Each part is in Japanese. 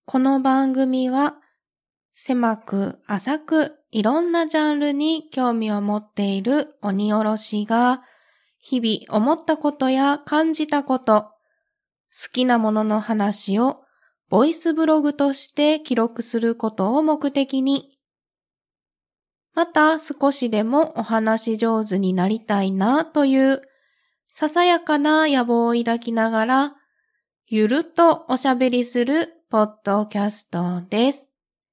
この番組は狭く浅くいろんなジャンルに興味を持っている鬼おろしが日々思ったことや感じたこと、好きなものの話をボイスブログとして記録することを目的に、また少しでもお話上手になりたいなというささやかな野望を抱きながらゆるっとおしゃべりするポッドキャストです。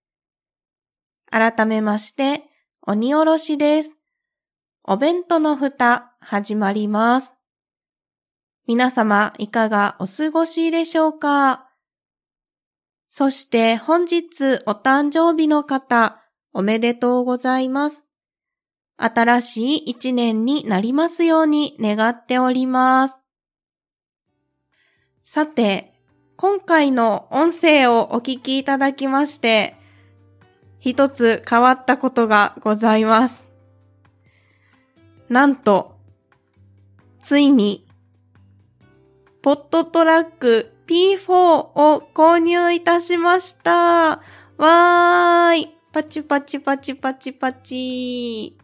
改めまして鬼おろしです。お弁当の蓋始まります。皆様いかがお過ごしでしょうか。そして本日お誕生日の方おめでとうございます。新しい一年になりますように願っております。さて、今回の音声をお聞きいただきまして、一つ変わったことがございます。なんと、ついに、ポットトラック P4 を購入いたしました。わーい、パチパチパチパチパチ。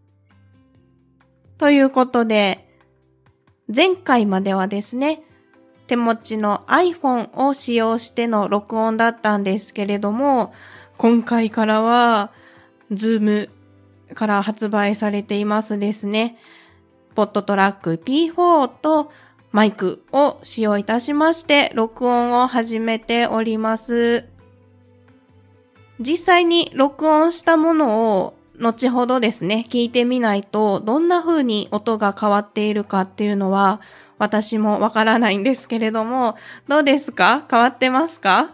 ということで、前回まではですね、手持ちの iPhone を使用しての録音だったんですけれども、今回からは Zoom から発売されていますですね。ポットトラック P4 とマイクを使用いたしまして録音を始めております。実際に録音したものを後ほどですね、聞いてみないとどんな風に音が変わっているかっていうのは私もわからないんですけれども、どうですか？変わってますか？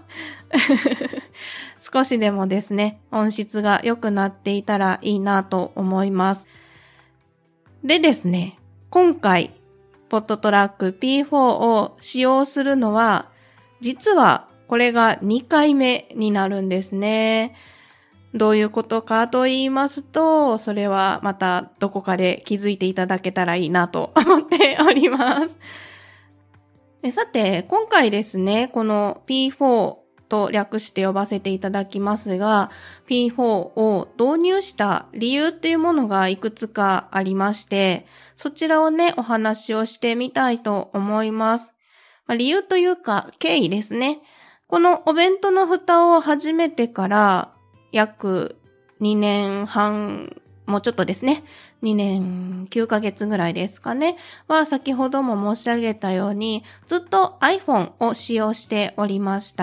少しでもですね、音質が良くなっていたらいいなと思います。でですね、今回、ポットトラック P4 を使用するのは、実はこれが2回目になるんですね。どういうことかと言いますと、それはまたどこかで気づいていただけたらいいなと思っております。さて、今回ですね、この P4 と略して呼ばせていただきますが、P4 を導入した理由っていうものがいくつかありまして、そちらをね、お話をしてみたいと思います。理由というか、経緯ですね。このお弁当の蓋を始めてから約2年半、もうちょっとですね。2年9ヶ月ぐらいですかね。は先ほども申し上げたように、ずっと iPhone を使用しておりました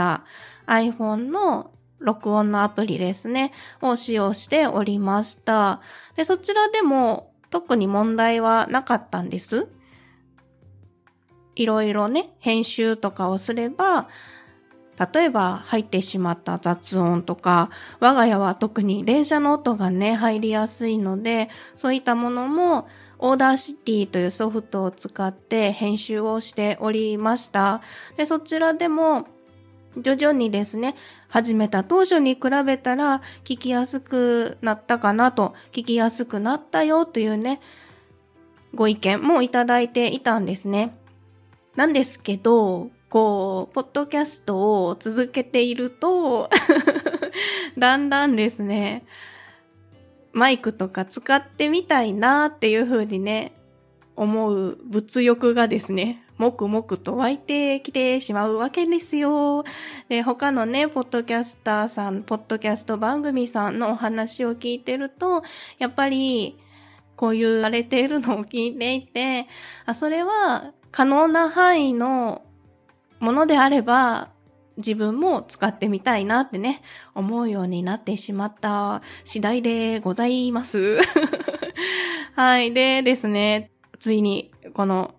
。iPhone の録音のアプリですね。を使用しておりました。で、そちらでも特に問題はなかったんです。いろいろね、編集とかをすれば、例えば入ってしまった雑音とか、我が家は特に電車の音がね、入りやすいので、そういったものもオーダーシティというソフトを使って編集をしておりました。で、そちらでも徐々にですね、始めた当初に比べたら聞きやすくなったかなと、聞きやすくなったよというね、ご意見もいただいていたんですね。なんですけど、ポッドキャストを続けていると、だんだんですね、マイクとか使ってみたいなっていう風にね、思う物欲がですね、もくもくと湧いてきてしまうわけですよ。で、他のね、ポッドキャスターさん、ポッドキャスト番組さんのお話を聞いてると、やっぱり、こういう言われているのを聞いていて、それは可能な範囲のものであれば自分も使ってみたいなってね思うようになってしまった次第でございますはいでですね、ついにこの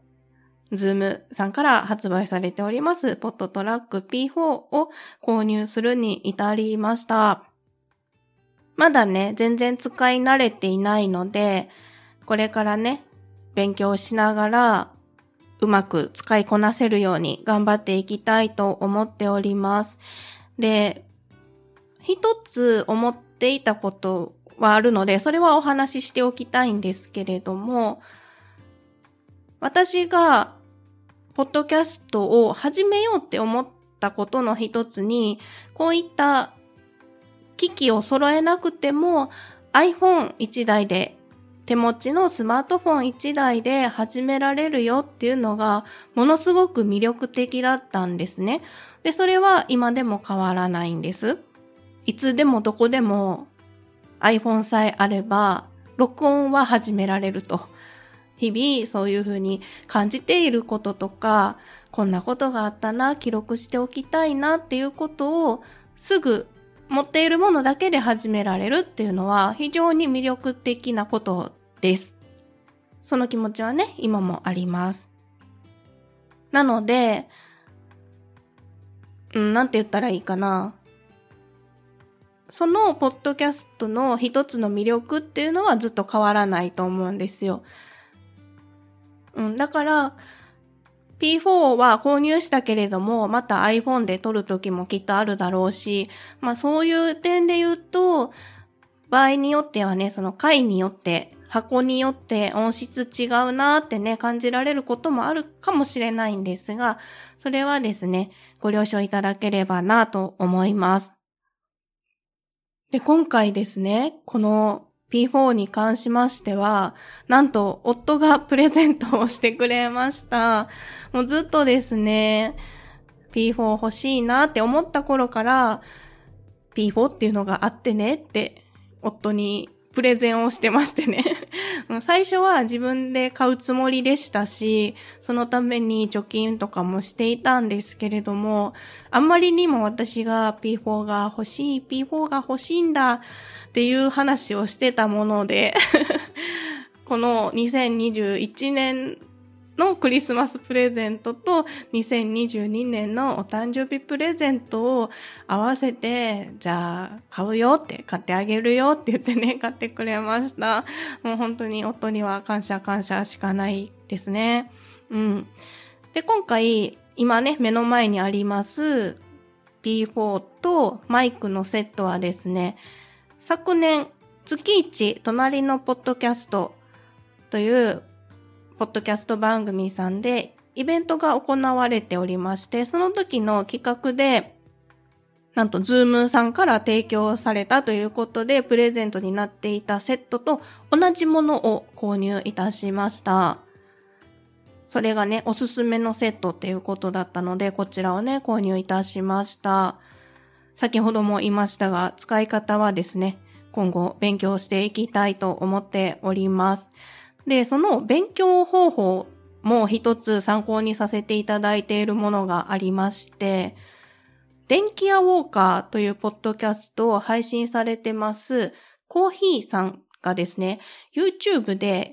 Zoom さんから発売されておりますポットトラック P4 を購入するに至りました。まだね全然使い慣れていないので、これからね勉強しながらうまく使いこなせるように頑張っていきたいと思っております。で、一つ思っていたことはあるので、それはお話ししておきたいんですけれども、私がポッドキャストを始めようって思っったことの一つに、こういった機器を揃えなくても iPhone 1台で、手持ちのスマートフォン1台で始められるよっていうのがものすごく魅力的だったんですね。で、それは今でも変わらないんです。いつでもどこでも iPhone さえあれば録音は始められると。日々そういうふうに感じていることとか、こんなことがあったな、記録しておきたいなっていうことをすぐ持っているものだけで始められるっていうのは非常に魅力的なことです。その気持ちはね、今もあります。なので、なんて言ったらいいかな。そのポッドキャストの一つの魅力っていうのはずっと変わらないと思うんですよ。だから、P4 は購入したけれども、また iPhone で撮るときもきっとあるだろうし、そういう点で言うと、場合によってはね、その回によって、箱によって音質違うなーってね、感じられることもあるかもしれないんですが、それはですね、ご了承いただければなと思います。で、今回ですね、このP4 に関しましては、なんと夫がプレゼントをしてくれました。もうずっとですね、P4 欲しいなって思った頃から、P4 っていうのがあってねって夫にプレゼンをしてましてね。最初は自分で買うつもりでしたし、そのために貯金とかもしていたんですけれども、あんまりにも私が P4 が欲しい、P4 が欲しいんだっていう話をしてたもので、この2021年のクリスマスプレゼントと2022年のお誕生日プレゼントを合わせて、じゃあ買うよって買ってあげるよって言ってね、買ってくれました。もう本当に夫には感謝しかないですね。で、今回今ね、目の前にあります P4 とマイクのセットはですね、昨年月1隣のポッドキャストというポッドキャスト番組さんでイベントが行われておりまして、その時の企画で、なんとズームさんから提供されたということで、プレゼントになっていたセットと同じものを購入いたしました。それがね、おすすめのセットっていうことだったので、こちらをね、購入いたしました。先ほども言いましたが、使い方はですね、今後勉強していきたいと思っております。で、その勉強方法も一つ参考にさせていただいているものがありまして、電気屋ウォーカーというポッドキャストを配信されてますコーヒーさんがですね、YouTube で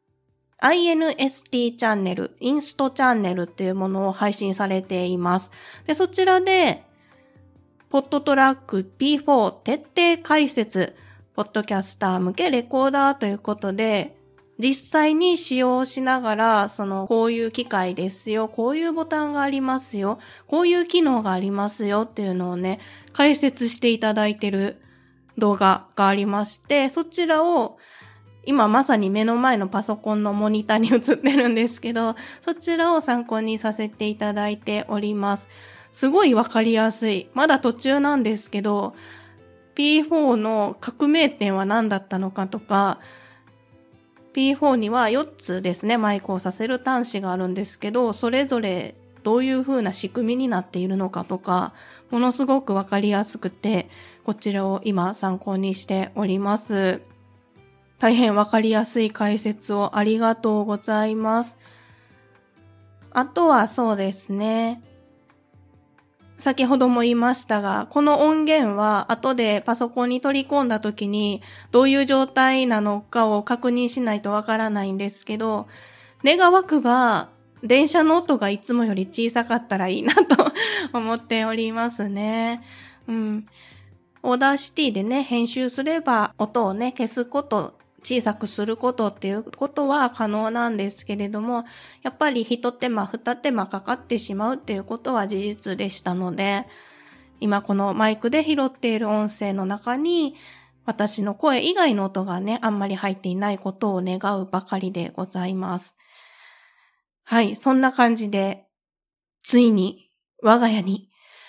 INST チャンネル、インストチャンネルっていうものを配信されています。で、そちらでポッドトラック P4 徹底解説、ポッドキャスター向けレコーダーということで、実際に使用しながら、こういう機械ですよ、こういうボタンがありますよ、こういう機能がありますよっていうのをね、解説していただいている動画がありまして、そちらを今まさに目の前のパソコンのモニターに映ってるんですけど、そちらを参考にさせていただいております。すごいわかりやすい。まだ途中なんですけど、P4 の革命点は何だったのかとか、P4 には4つですね、マイクをさせる端子があるんですけど、それぞれどういう風な仕組みになっているのかとか、ものすごくわかりやすくて、こちらを今参考にしております。大変わかりやすい解説をありがとうございます。あとはそうですね。先ほども言いましたが、この音源は後でパソコンに取り込んだ時にどういう状態なのかを確認しないとわからないんですけど、願わくば電車の音がいつもより小さかったらいいなと思っておりますね。オーダーシティでね、編集すれば音をね、消すこと、小さくすることっていうことは可能なんですけれども、やっぱり一手間二手間かかってしまうっていうことは事実でしたので、今このマイクで拾っている音声の中に私の声以外の音がね、あんまり入っていないことを願うばかりでございます。はい、そんな感じで、ついに我が家に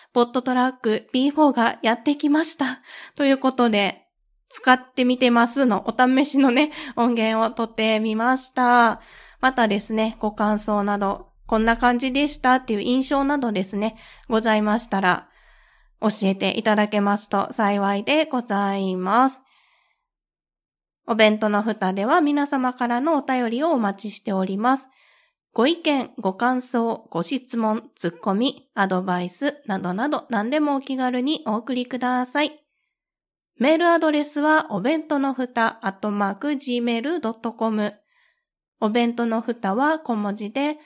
ポットトラック P4 がやってきました。ということで、使ってみてますのお試しのね、音源を取ってみました。またですね、ご感想など、こんな感じでしたっていう印象などですね、ございましたら、教えていただけますと幸いでございます。お弁当の蓋では皆様からのお便りをお待ちしております。ご意見、ご感想、ご質問、ツッコミ、アドバイスなどなど何でもお気軽にお送りください。メールアドレスはお弁当のふた@gmail.com。お弁当のふたは小文字で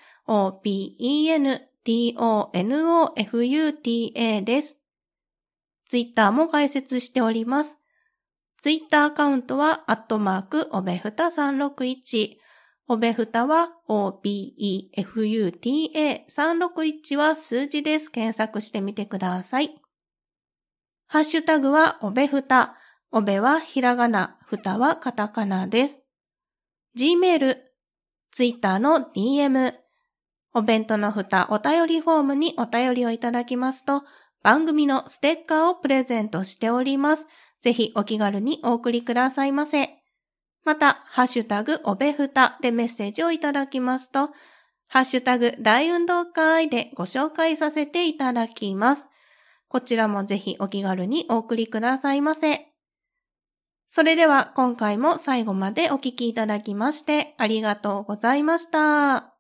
OBENTONOFUTA です。ツイッターも開設しております。ツイッターアカウントはおべふた361。おべふたは OBEFUTA361 は数字です。検索してみてください。ハッシュタグはおべふた。おべはひらがな、ふたはカタカナです。Gmail、ツイッターの DM、お弁当のふたお便りフォームにお便りをいただきますと、番組のステッカーをプレゼントしております。ぜひお気軽にお送りくださいませ。また、ハッシュタグおべふたでメッセージをいただきますと、ハッシュタグ大運動会でご紹介させていただきます。こちらもぜひお気軽にお送りくださいませ。それでは今回も最後までお聞きいただきましてありがとうございました。